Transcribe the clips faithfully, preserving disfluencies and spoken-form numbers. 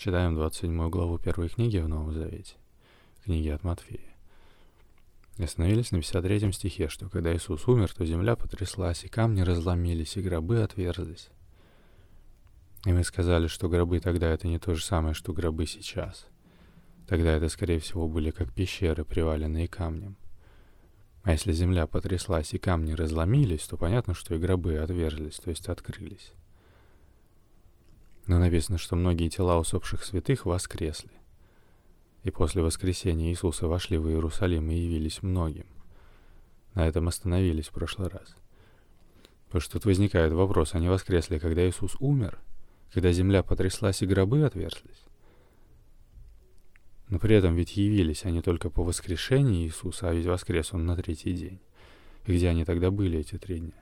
Читаем двадцать седьмую главу первой книги в Новом Завете, книги от Матфея. И остановились на пятьдесят третьем стихе, что когда Иисус умер, то земля потряслась, и камни разломились, и гробы отверзлись. И мы сказали, что гробы тогда это не то же самое, что гробы сейчас. Тогда это, скорее всего, были как пещеры, приваленные камнем. А если земля потряслась и камни разломились, то понятно, что и гробы отверзлись, то есть открылись. Но написано, что многие тела усопших святых воскресли. И после воскресения Иисуса вошли в Иерусалим и явились многим. На этом остановились в прошлый раз. Потому что тут возникает вопрос, они воскресли, когда Иисус умер? Когда земля потряслась и гробы отверзлись? Но при этом ведь явились они только по воскрешении Иисуса, а ведь воскрес Он на третий день. И где они тогда были эти три дня?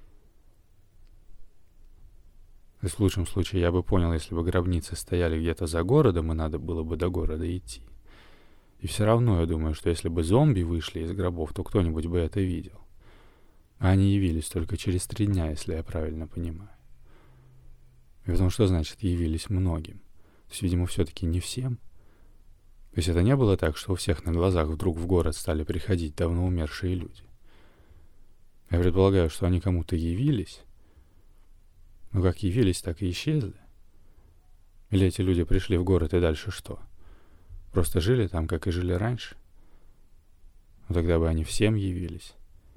То есть в лучшем случае я бы понял, если бы гробницы стояли где-то за городом, и надо было бы до города идти. И все равно я думаю, что если бы зомби вышли из гробов, то кто-нибудь бы это видел. А они явились только через три дня, если я правильно понимаю. И потому что значит явились многим? То есть, видимо, все-таки не всем. То есть это не было так, что у всех на глазах вдруг в город стали приходить давно умершие люди. Я предполагаю, что они кому-то явились, но как явились, так и исчезли. Или эти люди пришли в город и дальше что? Просто жили там, как и жили раньше? Но тогда бы они всем явились.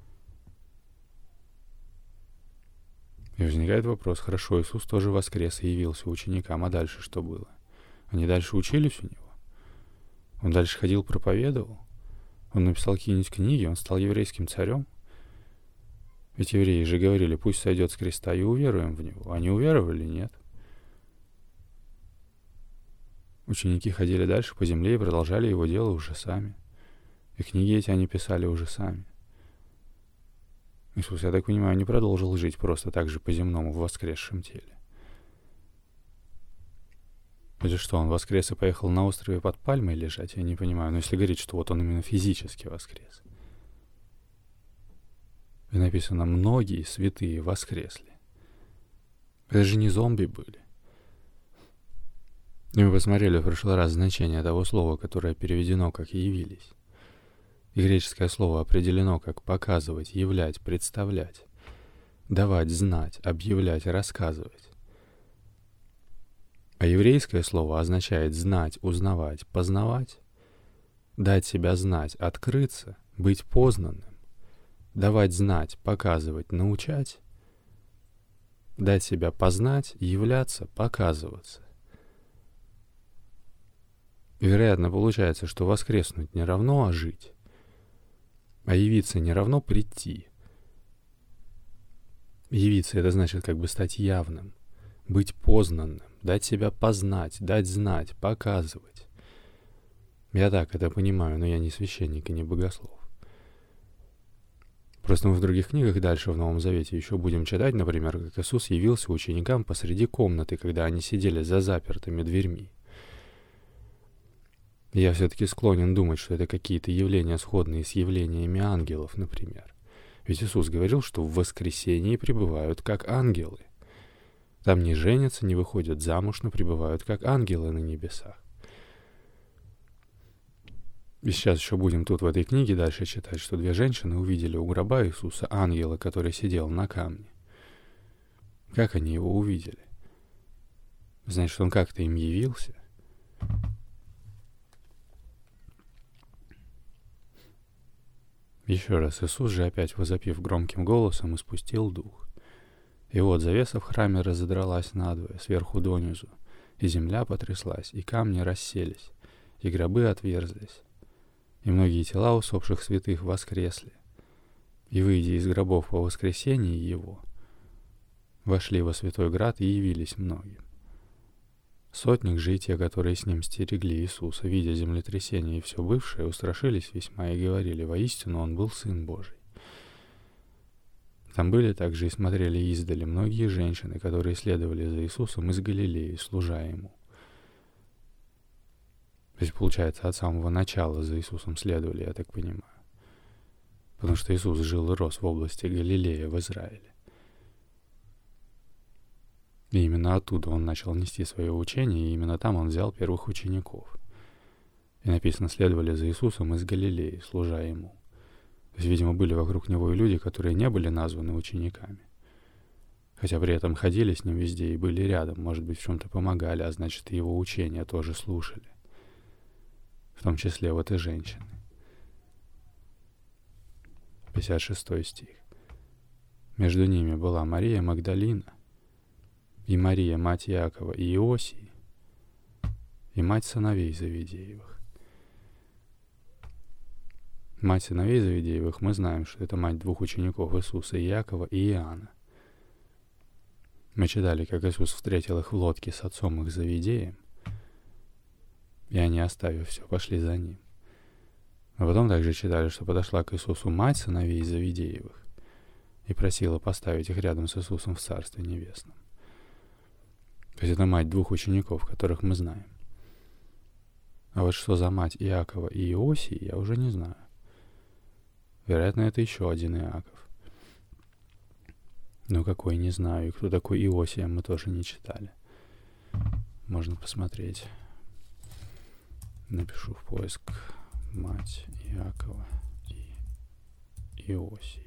И возникает вопрос, хорошо, Иисус тоже воскрес и явился ученикам, а дальше что было? Они дальше учились у Него? Он дальше ходил, проповедовал? Он написал какие-нибудь книги? Он стал еврейским царем? Ведь евреи же говорили, пусть сойдет с креста и уверуем в Него. Они уверовали? Нет. Ученики ходили дальше по земле и продолжали Его дело уже сами. И книги эти они писали уже сами. Иисус, я так понимаю, не продолжил жить просто так же по-земному в воскресшем теле. Или что, он воскрес и поехал на острове под пальмой лежать? Я не понимаю. Но если говорить, что вот он именно физически воскрес. И написано, многие святые воскресли. Это же не зомби были. И мы посмотрели в прошлый раз значение того слова, которое переведено как «явились». И греческое слово определено как «показывать», «являть», «представлять», «давать», «знать», «объявлять», «рассказывать». А еврейское слово означает «знать», «узнавать», «познавать», «дать себя знать», «открыться», «быть познанным», «давать знать», «показывать», «научать», «дать себя познать», «являться», «показываться». И, вероятно, получается, что воскреснуть не равно ожить, а явиться не равно прийти. Явиться — это значит как бы стать явным, быть познанным, дать себя познать, дать знать, показывать. Я так это понимаю, но я не священник и не богослов. Просто мы в других книгах дальше в Новом Завете еще будем читать, например, как Иисус явился ученикам посреди комнаты, когда они сидели за запертыми дверьми. Я все-таки склонен думать, что это какие-то явления, сходные с явлениями ангелов, например. Ведь Иисус говорил, что в воскресении пребывают как ангелы. Там не женятся, не выходят замуж, но пребывают как ангелы на небесах. И сейчас еще будем тут в этой книге дальше читать, что две женщины увидели у гроба Иисуса ангела, который сидел на камне. Как они его увидели? Значит, он как-то им явился? Еще раз, Иисус же, опять возопив громким голосом, испустил дух. И вот завеса в храме разодралась надвое, сверху донизу, и земля потряслась, и камни расселись, и гробы отверзлись, и многие тела усопших святых воскресли, и, выйдя из гробов по воскресении Его, вошли во святой град и явились многим. Сотник же и те, которые с ним стерегли Иисуса, видя землетрясение и все бывшее, устрашились весьма и говорили, воистину Он был Сын Божий. Там были также и смотрели издали многие женщины, которые следовали за Иисусом из Галилеи, служа Ему. То есть, получается, от самого начала за Иисусом следовали, я так понимаю. Потому что Иисус жил и рос в области Галилея в Израиле. И именно оттуда он начал нести свое учение, и именно там он взял первых учеников. И написано, следовали за Иисусом из Галилеи, служа Ему. То есть, видимо, были вокруг Него и люди, которые не были названы учениками. Хотя при этом ходили с Ним везде и были рядом, может быть, в чем-то помогали, а значит, и Его учения тоже слушали. В том числе вот и женщины. пятьдесят шестой стих. Между ними была Мария Магдалина, и Мария, мать Иакова и Иосии, и мать сыновей Завидеевых. Мать сыновей Завидеевых, мы знаем, что это мать двух учеников Иисуса, Иакова и Иоанна. Мы читали, как Иисус встретил их в лодке с отцом их Завидеем, и они, оставив все, пошли за ним. А потом также читали, что подошла к Иисусу мать сыновей Завидеевых и просила поставить их рядом с Иисусом в Царстве Небесном. То есть это мать двух учеников, которых мы знаем. А вот что за мать Иакова и Иосии, я уже не знаю. Вероятно, это еще один Иаков. Но какой, не знаю. И кто такой Иосия, мы тоже не читали. Можно посмотреть. Напишу в поиск мать Иакова и Иосии.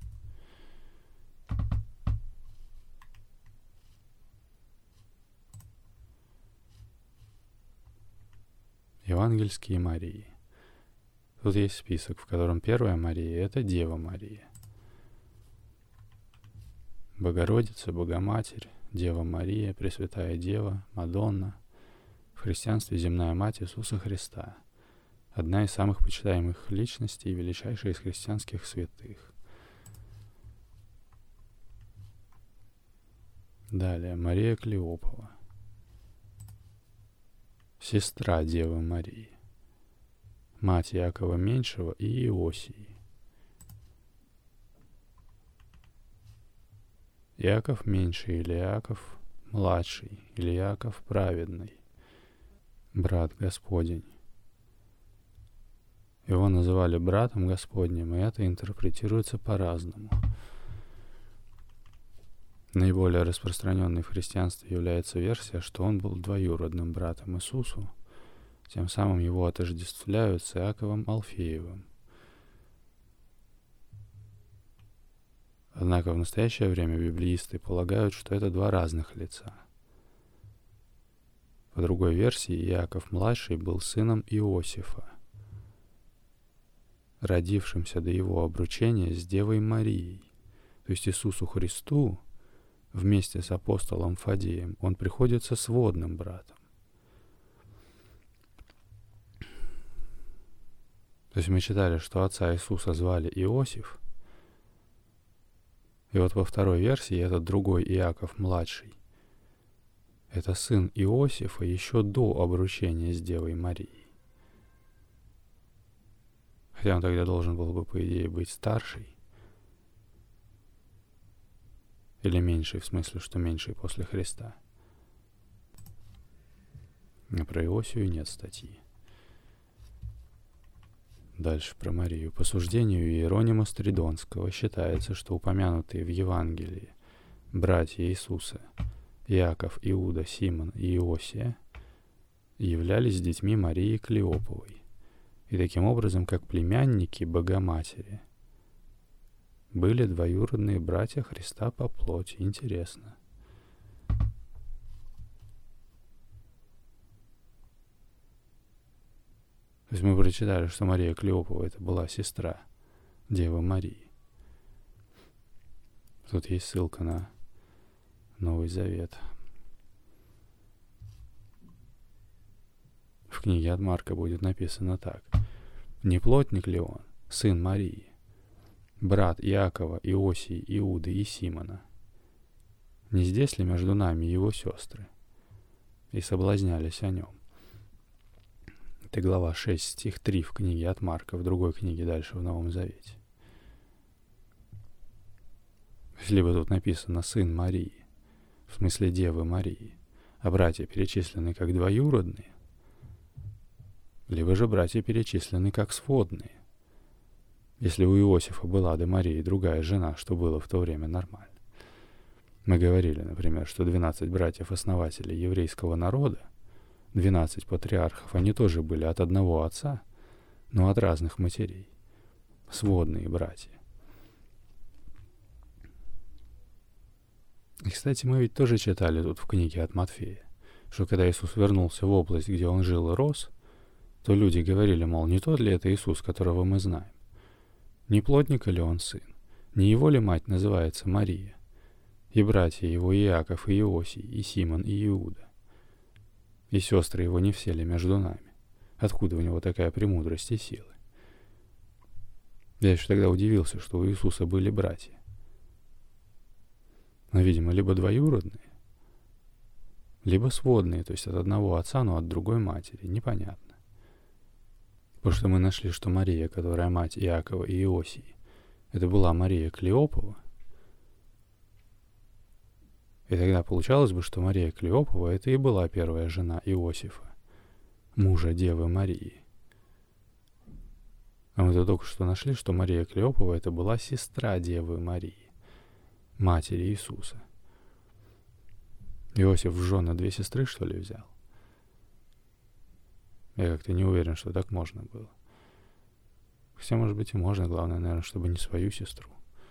Евангельские Марии. Тут есть список, в котором первая Мария — это Дева Мария. Богородица, Богоматерь, Дева Мария, Пресвятая Дева, Мадонна. В христианстве земная мать Иисуса Христа. Одна из самых почитаемых личностей и величайшая из христианских святых. Далее, Мария Клеопова. Сестра Девы Марии. Мать Иакова Меньшего и Иосии. Иаков Меньший или Иаков Младший или Иаков Праведный. Брат Господень. Его называли братом Господним, и это интерпретируется по-разному. Наиболее распространенной в христианстве является версия, что он был двоюродным братом Иисусу, тем самым его отождествляют с Иаковом Алфеевым. Однако в настоящее время библеисты полагают, что это два разных лица. По другой версии, Иаков-младший был сыном Иосифа, родившимся до его обручения с Девой Марией. То есть Иисусу Христу вместе с апостолом Фадеем он приходится сводным братом. То есть мы читали, что отца Иисуса звали Иосиф, и вот во второй версии этот другой Иаков-младший — это сын Иосифа еще до обручения с Девой Марией. Хотя он тогда должен был бы, по идее, быть старший. Или меньший, в смысле, что меньший после Христа. А про Иосию нет статьи. Дальше про Марию. По суждению Иеронима Стридонского считается, что упомянутые в Евангелии братья Иисуса Иаков, Иуда, Симон и Иосия являлись детьми Марии Клеоповой, и таким образом, как племянники Богоматери, были двоюродные братья Христа по плоти. Интересно. То есть мы прочитали, что Мария Клеопова — это была сестра Девы Марии. Тут есть ссылка на Новый Завет. В книге от Марка будет написано так. «Не плотник ли он, сын Марии, брат Иакова, Иосии, Иуды и Симона? Не здесь ли между нами его сестры?» И соблазнялись о нем. Это глава шесть, стих три в книге от Марка, в другой книге дальше в Новом Завете. Либо тут написано «сын Марии», в смысле Девы Марии, а братья перечислены как двоюродные, либо же братья перечислены как сводные, если у Иосифа была до Марии другая жена, что было в то время нормально. Мы говорили, например, что двенадцать братьев-основателей еврейского народа, двенадцать патриархов, они тоже были от одного отца, но от разных матерей. Сводные братья. И, кстати, мы ведь тоже читали тут в книге от Матфея, что когда Иисус вернулся в область, где Он жил и рос, то люди говорили, мол, не тот ли это Иисус, которого мы знаем? Не плотника ли Он сын? Не его ли мать называется Мария? И братья его Иаков и Иосий, и Симон, и Иуда? И сестры его не все ли между нами? Откуда у него такая премудрость и силы? Я еще тогда удивился, что у Иисуса были братья. Но, видимо, либо двоюродные, либо сводные, то есть от одного отца, но от другой матери. Непонятно. Потому что мы нашли, что Мария, которая мать Иакова и Иосии, это была Мария Клеопова. И тогда получалось бы, что Мария Клеопова это и была первая жена Иосифа, мужа Девы Марии. А мы только что нашли, что Мария Клеопова это была сестра Девы Марии, матери Иисуса. Иосиф в жены две сестры, что ли, взял? Я как-то не уверен, что так можно было. Хотя, может быть, и можно. Главное, наверное, чтобы не свою сестру.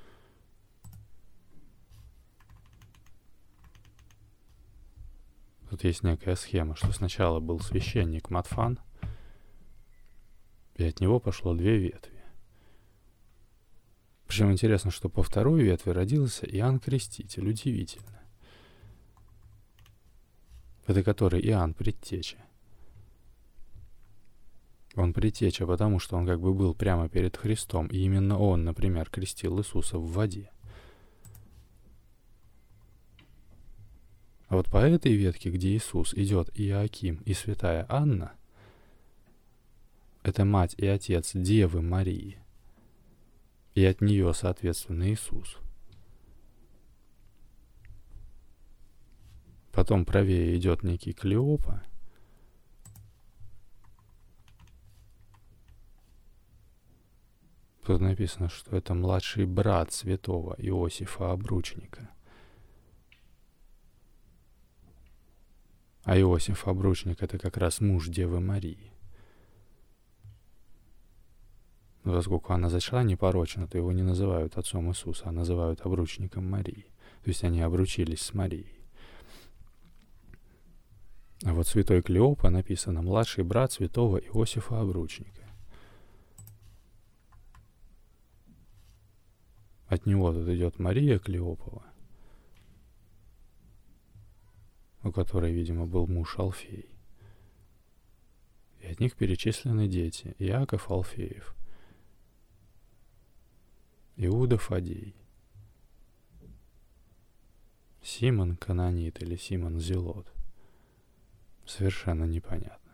Тут есть некая схема, что сначала был священник Матфан, и от него пошло две ветви. Причем интересно, что по второй ветви родился Иоанн Креститель. Удивительно. Это который Иоанн Предтеча. Он предтеча, потому что он как бы был прямо перед Христом, и именно он, например, крестил Иисуса в воде. А вот по этой ветке, где Иисус, идет Иоаким и святая Анна, это мать и отец Девы Марии, и от нее, соответственно, Иисус. Потом правее идет некий Клеопа, тут написано, что это младший брат святого Иосифа Обручника. А Иосиф Обручник — это как раз муж Девы Марии. Но поскольку она зачала непорочно, то его не называют отцом Иисуса, а называют обручником Марии. То есть они обручились с Марией. А вот святой Клеопа написано «младший брат святого Иосифа Обручника». От него тут идет Мария Клеопова, у которой, видимо, был муж Алфей. И от них перечислены дети: Иаков Алфеев, Иуда Фадей, Симон Канонит или Симон Зелот. Совершенно непонятно.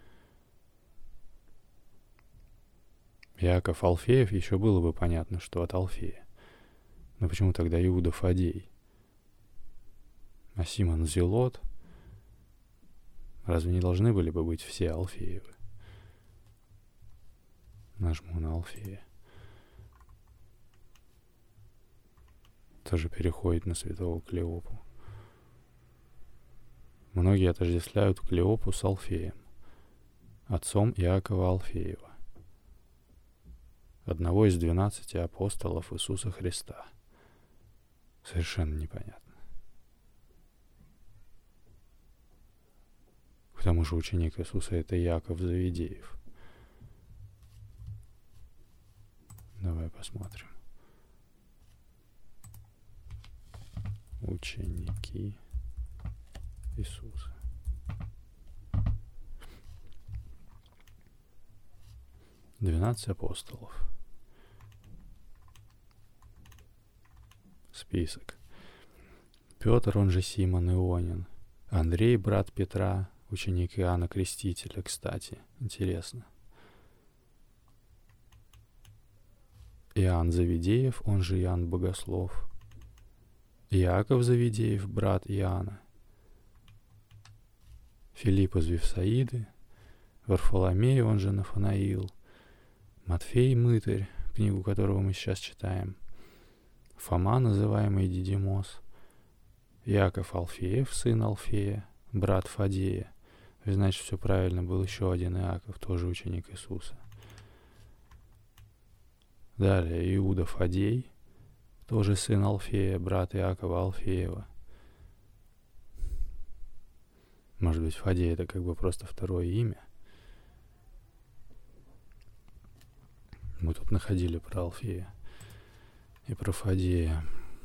Иаков Алфеев еще было бы понятно, что от Алфея. Но почему тогда Иуда Фадей? А Симон Зелот? Разве не должны были бы быть все Алфеевы? Нажму на Алфея. Тоже переходит на святого Клеопу. Многие отождествляют Клеопу с Алфеем, отцом Иакова Алфеева, одного из двенадцати апостолов Иисуса Христа. Совершенно непонятно. К тому же ученик Иисуса — это Иаков Завидеев. Давай посмотрим. Ученики Иисуса. Двенадцать апостолов. Список. Петр, он же Симон Ионин. Андрей, брат Петра, ученик Иоанна Крестителя, кстати. Интересно. Иоанн Завидеев, он же Иоанн Богослов. Иаков Завидеев, брат Иоанна. Филипп из Вифсаиды, Варфоломей, он же Нафанаил, Матфей Мытарь, книгу которого мы сейчас читаем, Фома, называемый Дидимос, Иаков Алфеев, сын Алфея, брат Фадея. Значит, все правильно, был еще один Иаков, тоже ученик Иисуса. Далее Иуда Фадей, тоже сын Алфея, брат Иакова Алфеева. Может быть, Фадей — это как бы просто второе имя. Мы тут находили про Алфея и про Фадея,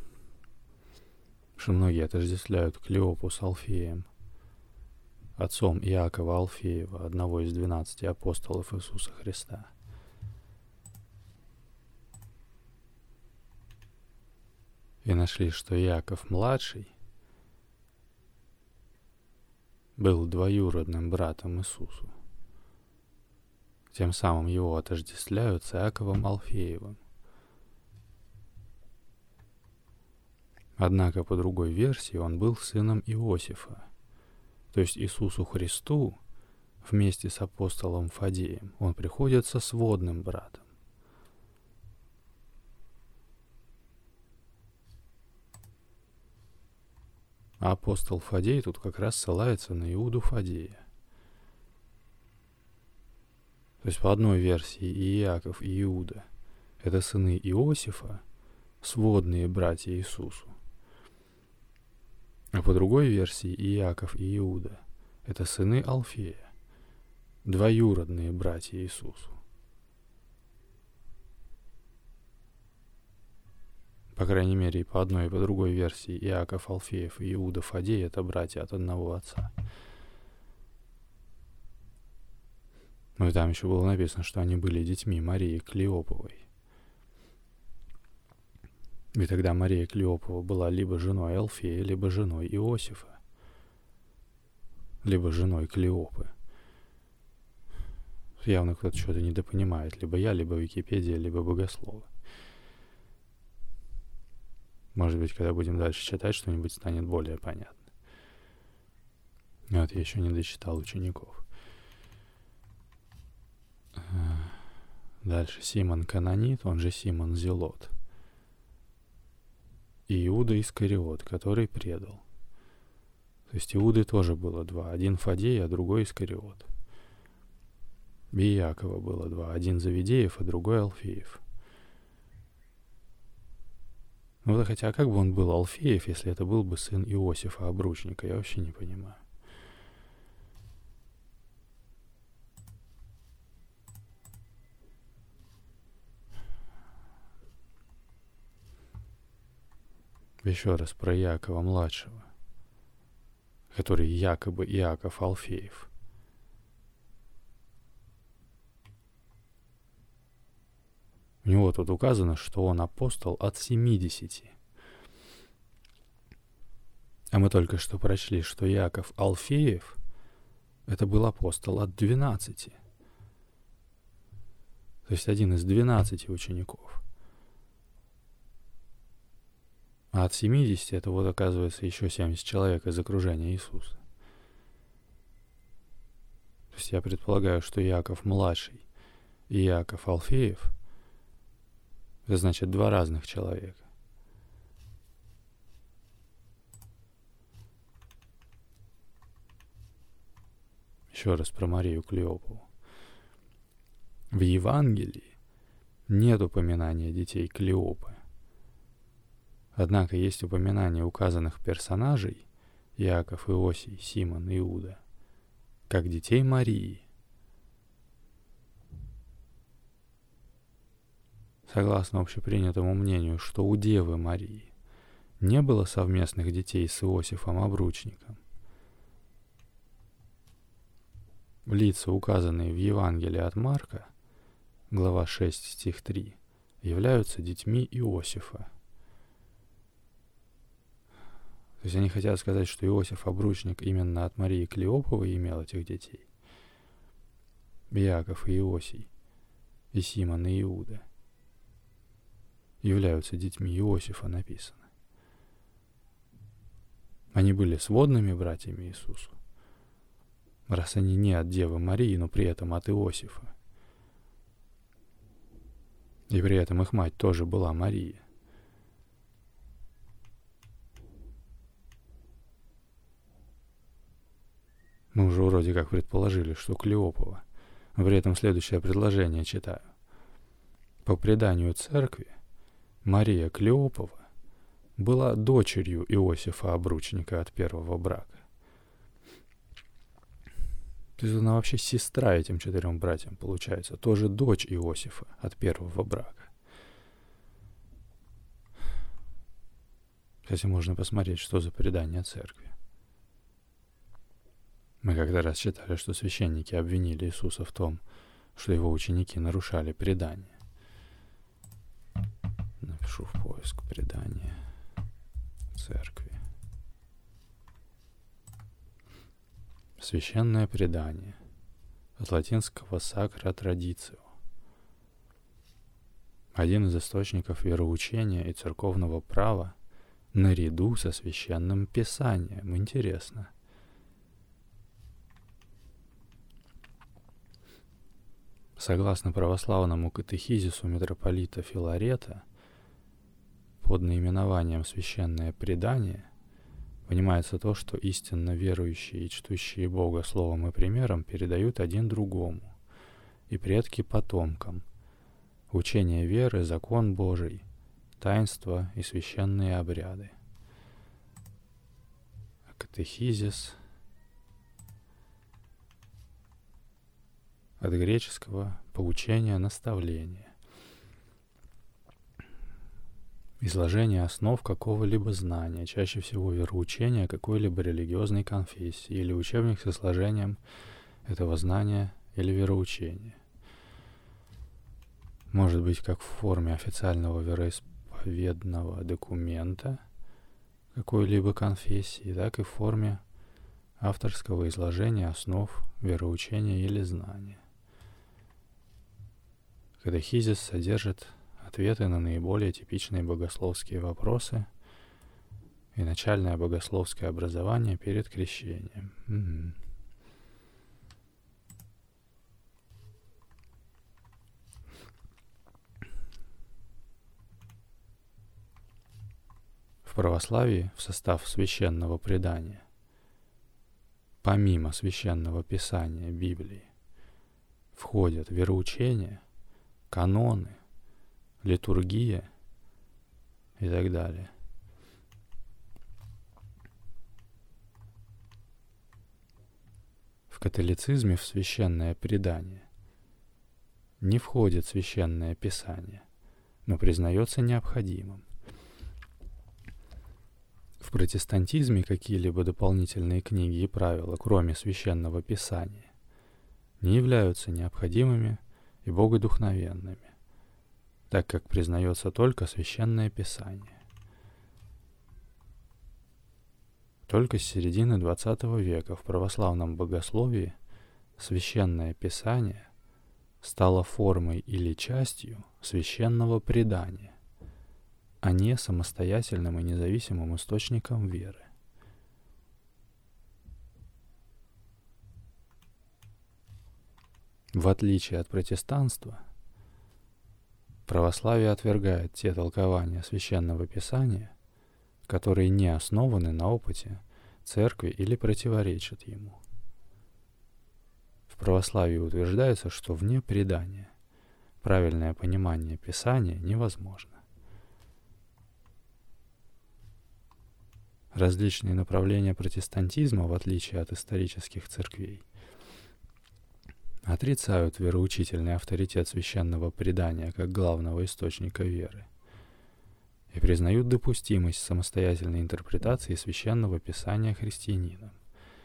что многие отождествляют Клеопу с Алфеем, отцом Иакова Алфеева, одного из двенадцати апостолов Иисуса Христа. И нашли, что Иаков-младший был двоюродным братом Иисусу. Тем самым его отождествляют с Иаковом Алфеевым. Однако, по другой версии, он был сыном Иосифа. То есть Иисусу Христу вместе с апостолом Фадеем он приходится сводным братом. А апостол Фадей тут как раз ссылается на Иуду Фадея. То есть по одной версии и Иаков, и Иуда — это сыны Иосифа, сводные братья Иисусу. А по другой версии и Иаков, и Иуда — это сыны Алфея, двоюродные братья Иисусу. По крайней мере, и по одной, и по другой версии Иаков Алфеев и Иуда Фадей — это братья от одного отца. Ну и там еще было написано, что они были детьми Марии Клеоповой. И тогда Мария Клеопова была либо женой Алфея, либо женой Иосифа, либо женой Клеопы. Явно кто-то что-то недопонимает. Либо я, либо Википедия, либо богословы. Может быть, когда будем дальше читать, что-нибудь станет более понятно. Вот я еще не дочитал учеников. Дальше Симон Канонит, он же Симон Зелот. И Иуда Искариот, который предал. То есть Иуды тоже было два. Один Фадей, а другой Искариот. И Иакова было два. Один Завидеев, а другой Алфеев. Ну да, хотя как бы он был Алфеев, если это был бы сын Иосифа Обручника? Я вообще не понимаю. Еще раз про Иакова-младшего, который якобы Иаков Алфеев. У него тут указано, что он апостол от семидесяти. А мы только что прочли, что Иаков Алфеев — это был апостол от двенадцати. То есть один из двенадцати учеников. А от семидесяти это вот оказывается еще семьдесят человек из окружения Иисуса. То есть я предполагаю, что Иаков младший и Иаков Алфеев — это значит два разных человека. Еще раз про Марию Клеопову. В Евангелии нет упоминания детей Клеопы. Однако есть упоминание указанных персонажей Иаков, Иосий, Симон, Иуда как детей Марии. Согласно общепринятому мнению, что у Девы Марии не было совместных детей с Иосифом Обручником, лица, указанные в Евангелии от Марка, глава шесть, стих три, являются детьми Иосифа. То есть они хотят сказать, что Иосиф Обручник именно от Марии Клеоповой имел этих детей. Иаков и Иосий, и Симон и Иуда являются детьми Иосифа, написано. Они были сводными братьями Иисусу, раз они не от Девы Марии, но при этом от Иосифа. И при этом их мать тоже была Мария. Мы уже вроде как предположили, что Клеопова. Но при этом следующее предложение читаю. По преданию церкви, Мария Клеопова была дочерью Иосифа Обручника от первого брака. То есть она вообще сестра этим четырем братьям получается, тоже дочь Иосифа от первого брака. Кстати, можно посмотреть, что за предание церкви. Мы как-то раз читали, что священники обвинили Иисуса в том, что его ученики нарушали предание. Напишу в поиск предание церкви. Священное предание. От латинского sacra traditio. Один из источников вероучения и церковного права наряду со священным писанием. Интересно. Согласно православному катехизису митрополита Филарета, под наименованием «Священное предание» понимается то, что истинно верующие и чтущие Бога словом и примером передают один другому, и предки потомкам, учение веры, закон Божий, таинства и священные обряды. Катехизис от греческого «поучение, наставление». Изложение основ какого-либо знания, чаще всего вероучения какой-либо религиозной конфессии или учебник с изложением этого знания или вероучения. Может быть как в форме официального вероисповедного документа какой-либо конфессии, так и в форме авторского изложения основ вероучения или знания. Катехизис содержит ответы на наиболее типичные богословские вопросы и начальное богословское образование перед крещением. Угу. В православии в состав священного предания, помимо священного писания Библии, входят вероучения, каноны, литургия и так далее. В католицизме в священное предание не входит священное писание, но признается необходимым. В протестантизме какие-либо дополнительные книги и правила, кроме священного писания, не являются необходимыми и богодухновенными, так как признается только священное писание. Только с середины двадцатого века в православном богословии священное писание стало формой или частью священного предания, а не самостоятельным и независимым источником веры. В отличие от протестанства, православие отвергает те толкования священного писания, которые не основаны на опыте церкви или противоречат ему. В православии утверждается, что вне предания правильное понимание писания невозможно. Различные направления протестантизма, в отличие от исторических церквей, отрицают вероучительный авторитет священного предания как главного источника веры и признают допустимость самостоятельной интерпретации священного писания христианином.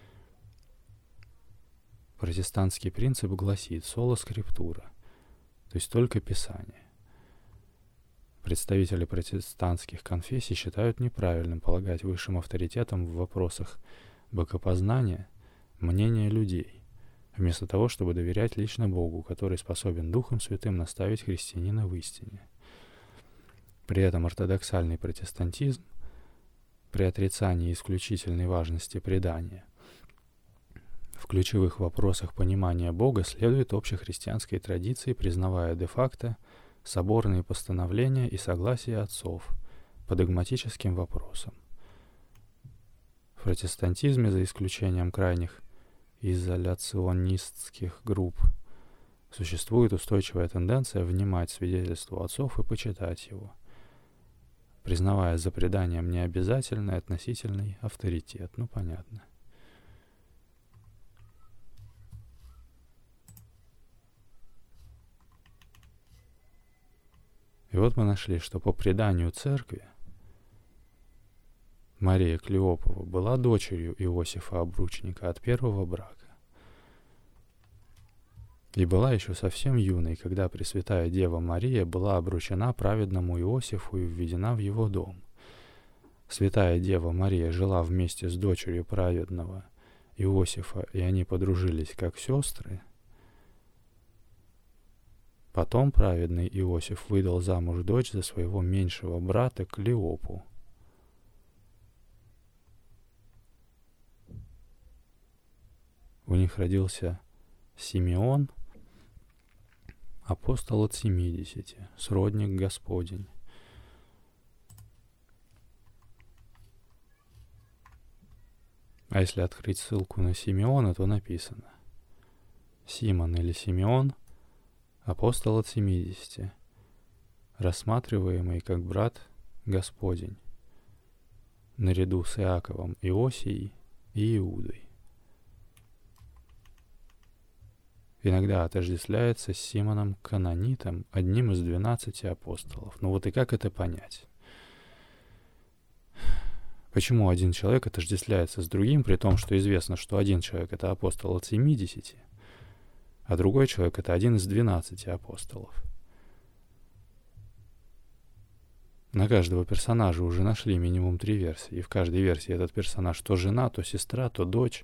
Протестантский принцип гласит «sola scriptura», то есть только Писание. Представители протестантских конфессий считают неправильным полагать высшим авторитетом в вопросах богопознания мнение людей, вместо того, чтобы доверять лично Богу, который способен Духом Святым наставить христианина в истине. При этом ортодоксальный протестантизм, при отрицании исключительной важности предания, в ключевых вопросах понимания Бога следует общехристианской традиции, признавая де-факто соборные постановления и согласие отцов по догматическим вопросам. В протестантизме, за исключением крайних изоляционистских групп. Существует устойчивая тенденция внимать свидетельству отцов и почитать его, признавая за преданием необязательный относительный авторитет. Ну, понятно. И вот мы нашли, что по преданию церкви Мария Клеопова была дочерью Иосифа Обручника от первого брака. И была еще совсем юной, когда Пресвятая Дева Мария была обручена праведному Иосифу и введена в его дом. Святая Дева Мария жила вместе с дочерью праведного Иосифа, и они подружились как сестры. Потом праведный Иосиф выдал замуж дочь за своего меньшего брата Клеопу. У них родился Симеон, апостол от семидесяти, сродник Господень. А если открыть ссылку на Симеона, то написано: Симон или Симеон, апостол от семидесяти, рассматриваемый как брат Господень, наряду с Иаковом, Иосией и Иудой. Иногда отождествляется с Симоном Канонитом, одним из двенадцати апостолов. Ну вот и как это понять? Почему один человек отождествляется с другим, при том, что известно, что один человек — это апостол от семидесяти, а другой человек — это один из двенадцати апостолов? На каждого персонажа уже нашли минимум три версии, и в каждой версии этот персонаж то жена, то сестра, то дочь.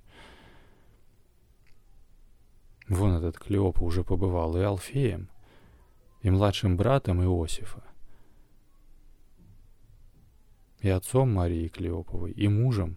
Вон этот Клеопа уже побывал и Алфеем, и младшим братом Иосифа, и отцом Марии Клеоповой, и мужем.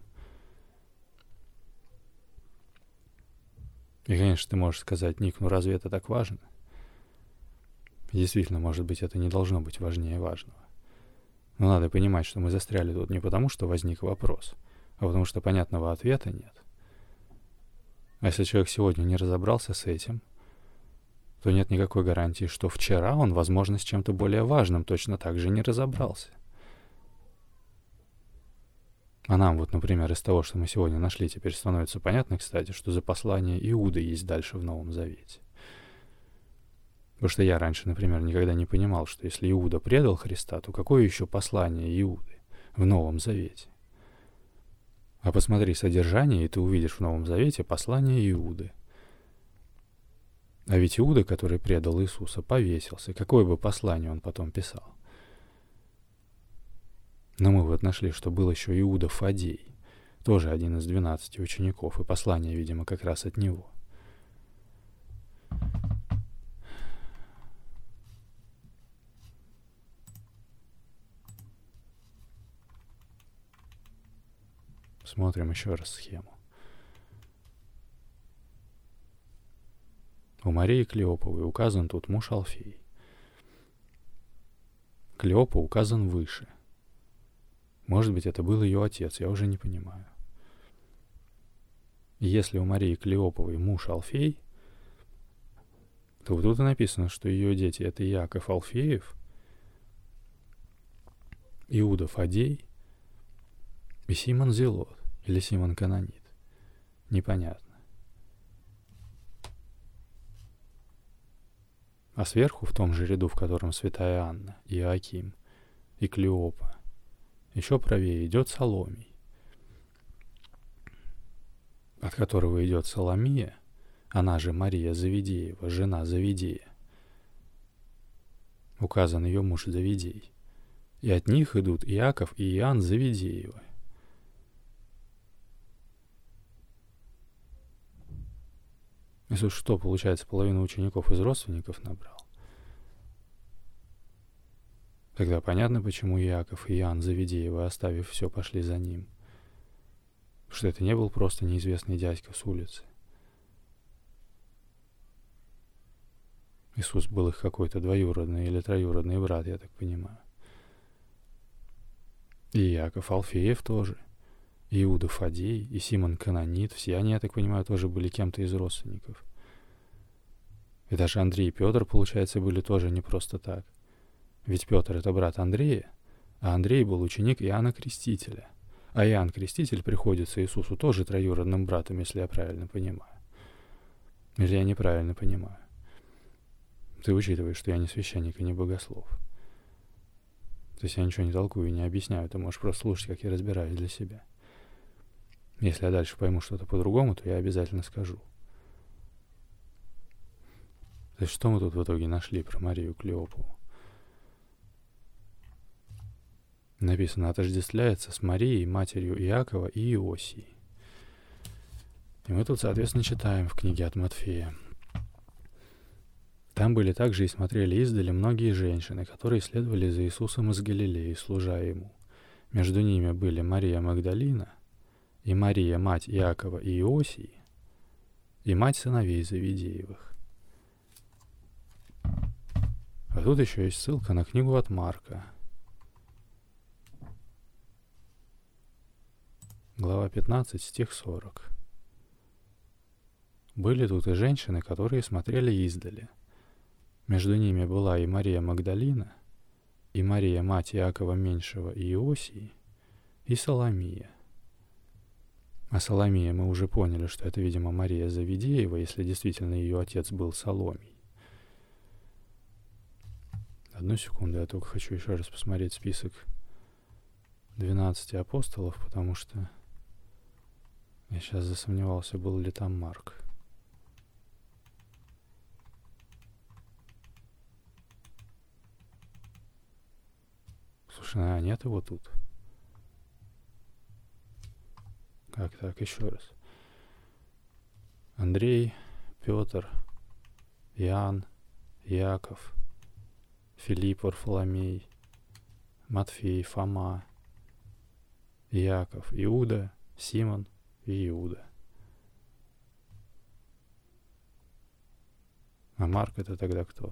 И, конечно, ты можешь сказать: Ник, ну разве это так важно? Действительно, может быть, это не должно быть важнее важного. Но надо понимать, что мы застряли тут не потому, что возник вопрос, а потому что понятного ответа нет. А если человек сегодня не разобрался с этим, то нет никакой гарантии, что вчера он, возможно, с чем-то более важным точно так же не разобрался. А нам вот, например, из того, что мы сегодня нашли, теперь становится понятно, кстати, что за послание Иуды есть дальше в Новом Завете. Потому что я раньше, например, никогда не понимал, что если Иуда предал Христа, то какое еще послание Иуды в Новом Завете? А посмотри содержание, и ты увидишь в Новом Завете послание Иуды. А ведь Иуда, который предал Иисуса, повесился. Какое бы послание он потом писал? Но мы вот нашли, что был еще Иуда Фадей, тоже один из двенадцати учеников, и послание, видимо, как раз от него. Смотрим еще раз схему. У Марии Клеоповой указан тут муж Алфей. Клеопа указан выше. Может быть, это был ее отец, я уже не понимаю. И если у Марии Клеоповой муж Алфей, то вот тут и написано, что ее дети — это Иаков Алфеев, Иуда Фадей и Симон Зелот, или Симон Канонит. Непонятно. А сверху, в том же ряду, в котором святая Анна, Иоаким и Клеопа, еще правее идет Саломий, от которого идет Соломия, она же Мария Завидеева, жена Завидея. Указан ее муж Завидей. И от них идут Иаков и Иоанн Завидеевы. Иисус что, получается, половину учеников из родственников набрал? Тогда понятно, почему Иаков и Иоанн Завидеевы, оставив все, пошли за ним. Потому что это не был просто неизвестный дядька с улицы. Иисус был их какой-то двоюродный или троюродный брат, я так понимаю. И Иаков Алфеев тоже. Иуда Фадей и Симон Канонит, все они, я так понимаю, тоже были кем-то из родственников. И даже Андрей и Петр, получается, были тоже не просто так. Ведь Петр — это брат Андрея, а Андрей был ученик Иоанна Крестителя. А Иоанн Креститель приходится Иисусу тоже троюродным братом, если я правильно понимаю. Или я неправильно понимаю? Ты учитываешь, что я не священник и не богослов. То есть я ничего не толкую и не объясняю, ты можешь просто слушать, как я разбираюсь для себя. Если я дальше пойму что-то по-другому, то я обязательно скажу. То есть что мы тут в итоге нашли про Марию Клеопову? Написано: отождествляется с Марией, матерью Иакова и Иосии. И мы тут, соответственно, читаем в книге от Матфея. Там были также и смотрели издали многие женщины, которые следовали за Иисусом из Галилеи, служа Ему. Между ними были Мария Магдалина и Мария, мать Иакова и Иосии, и мать сыновей Завидеевых. А тут еще есть ссылка на книгу от Марка. Глава пятнадцать, стих сорок. Были тут и женщины, которые смотрели издали. Между ними была и Мария Магдалина, и Мария, мать Иакова Меньшего и Иосии, и Соломия. А Соломия, мы уже поняли, что это, видимо, Мария Завидеева, если действительно ее отец был Соломий. Одну секунду, я только хочу еще раз посмотреть список двенадцати апостолов, потому что я сейчас засомневался, был ли там Марк. Слушай, а нет его тут? Как так? Еще раз. Андрей, Петр, Иоанн, Иаков, Филипп, Варфоломей, Матфей, Фома, Иаков, Иуда, Симон и Иуда. А Марк — это тогда кто?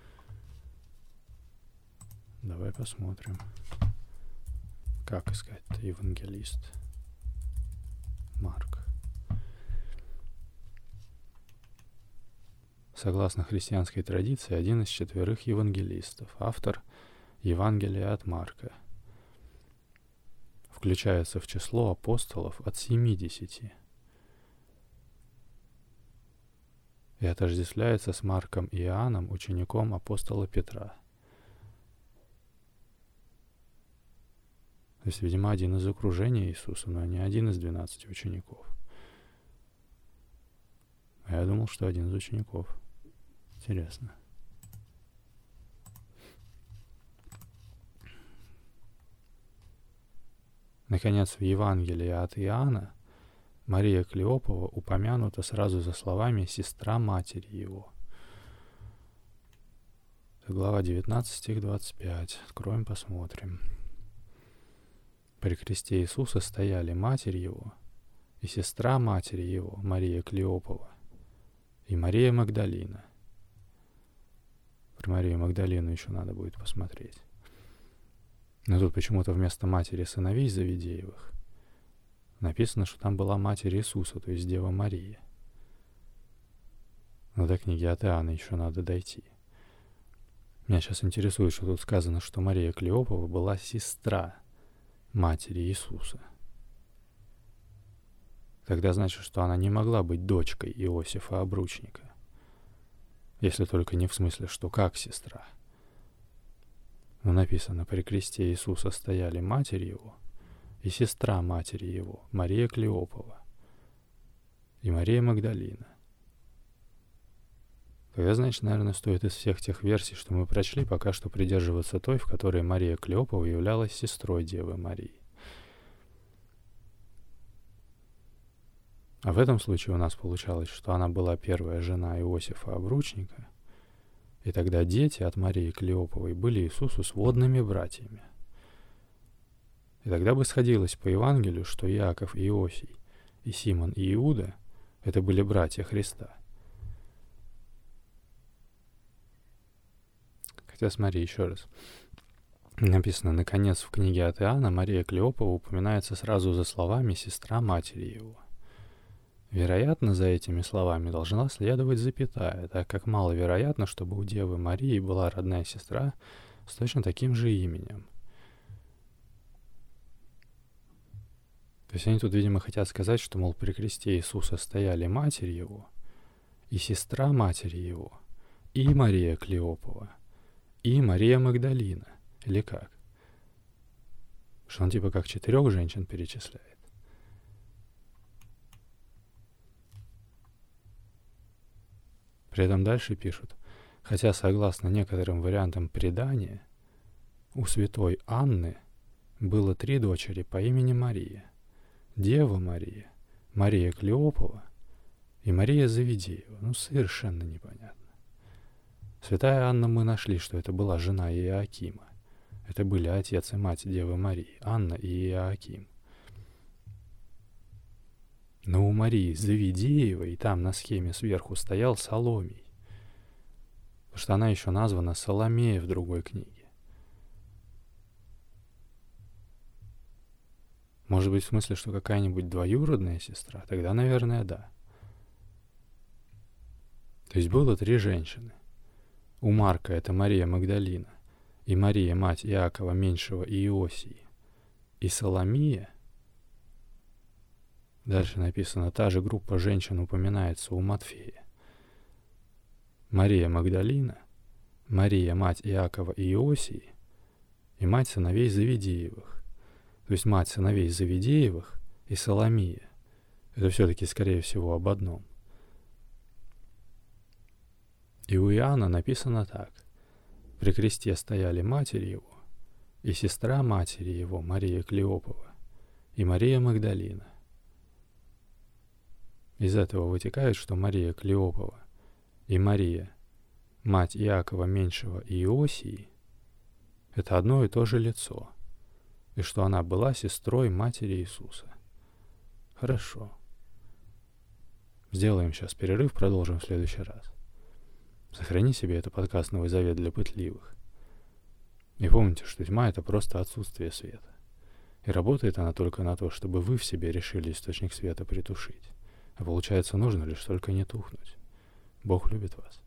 Давай посмотрим. Как искать-то евангелист? Марк. Согласно христианской традиции, один из четверых евангелистов, автор Евангелия от Марка. Включается в число апостолов от семидесяти и отождествляется с Марком и Иоанном, учеником апостола Петра. То есть, видимо, один из окружения Иисуса, но не один из двенадцати учеников. А я думал, что один из учеников. Интересно. Наконец, в Евангелии от Иоанна Мария Клеопова упомянута сразу за словами «сестра матери его». Это глава девятнадцать, стих двадцать пять. Откроем, посмотрим. При кресте Иисуса стояли матерь его и сестра матери его, Мария Клеопова, и Мария Магдалина. Про Марию Магдалину еще надо будет посмотреть. Но тут почему-то вместо матери сыновей Завидеевых написано, что там была матерь Иисуса, то есть Дева Мария. Но до книги от Иоанна еще надо дойти. Меня сейчас интересует, что тут сказано, что Мария Клеопова была сестра матери Иисуса. Тогда значит, что она не могла быть дочкой Иосифа Обручника. Если только не в смысле, что как сестра. Но написано: при кресте Иисуса стояли матерь его и сестра матери его, Мария Клеопова, и Мария Магдалина. Тогда, значит, наверное, стоит из всех тех версий, что мы прочли, пока что придерживаться той, в которой Мария Клеопова являлась сестрой Девы Марии. А в этом случае у нас получалось, что она была первая жена Иосифа Обручника, и тогда дети от Марии Клеоповой были Иисусу сводными братьями. И тогда бы сходилось по Евангелию, что Иаков и Иосий, и Симон и Иуда — это были братья Христа. Хотя, смотри, еще раз. Написано, наконец, в книге от Иоанна Мария Клеопова упоминается сразу за словами «сестра матери его». Вероятно, за этими словами должна следовать запятая, так как маловероятно, чтобы у Девы Марии была родная сестра с точно таким же именем. То есть они тут, видимо, хотят сказать, что, мол, при кресте Иисуса стояли матерь его, и сестра матери его, и Мария Клеопова, и Мария Магдалина. Или как? Что он типа как четырех женщин перечисляет. При этом дальше пишут, хотя согласно некоторым вариантам предания, у святой Анны было три дочери по имени Мария. Дева Мария, Мария Клеопова и Мария Завидеева. Ну, совершенно непонятно. Святая Анна, мы нашли, что это была жена Иоакима. Это были отец и мать Девы Марии, Анна и Иоаким. Но у Марии Завидеевой там на схеме сверху стоял Соломий, потому что она еще названа Соломея в другой книге. Может быть, в смысле, что какая-нибудь двоюродная сестра? Тогда, наверное, да. То есть было три женщины. У Марка это Мария Магдалина, и Мария, мать Иакова Меньшего и Иосии, и Соломия. Дальше написано, та же группа женщин упоминается у Матфея. Мария Магдалина, Мария, мать Иакова и Иосии, и мать сыновей Завидеевых. То есть мать сыновей Завидеевых и Соломия. Это все-таки, скорее всего, об одном. И у Иоанна написано так. При кресте стояли матерь его, и сестра матери его, Мария Клеопова, и Мария Магдалина. Из этого вытекает, что Мария Клеопова и Мария, мать Иакова Меньшего и Иосии, это одно и то же лицо, и что она была сестрой матери Иисуса. Хорошо. Сделаем сейчас перерыв, продолжим в следующий раз. Сохрани себе это подкаст «Новый Завет для пытливых». И помните, что тьма — это просто отсутствие света. И работает она только на то, чтобы вы в себе решили источник света притушить. А получается, нужно лишь только не тухнуть. Бог любит вас.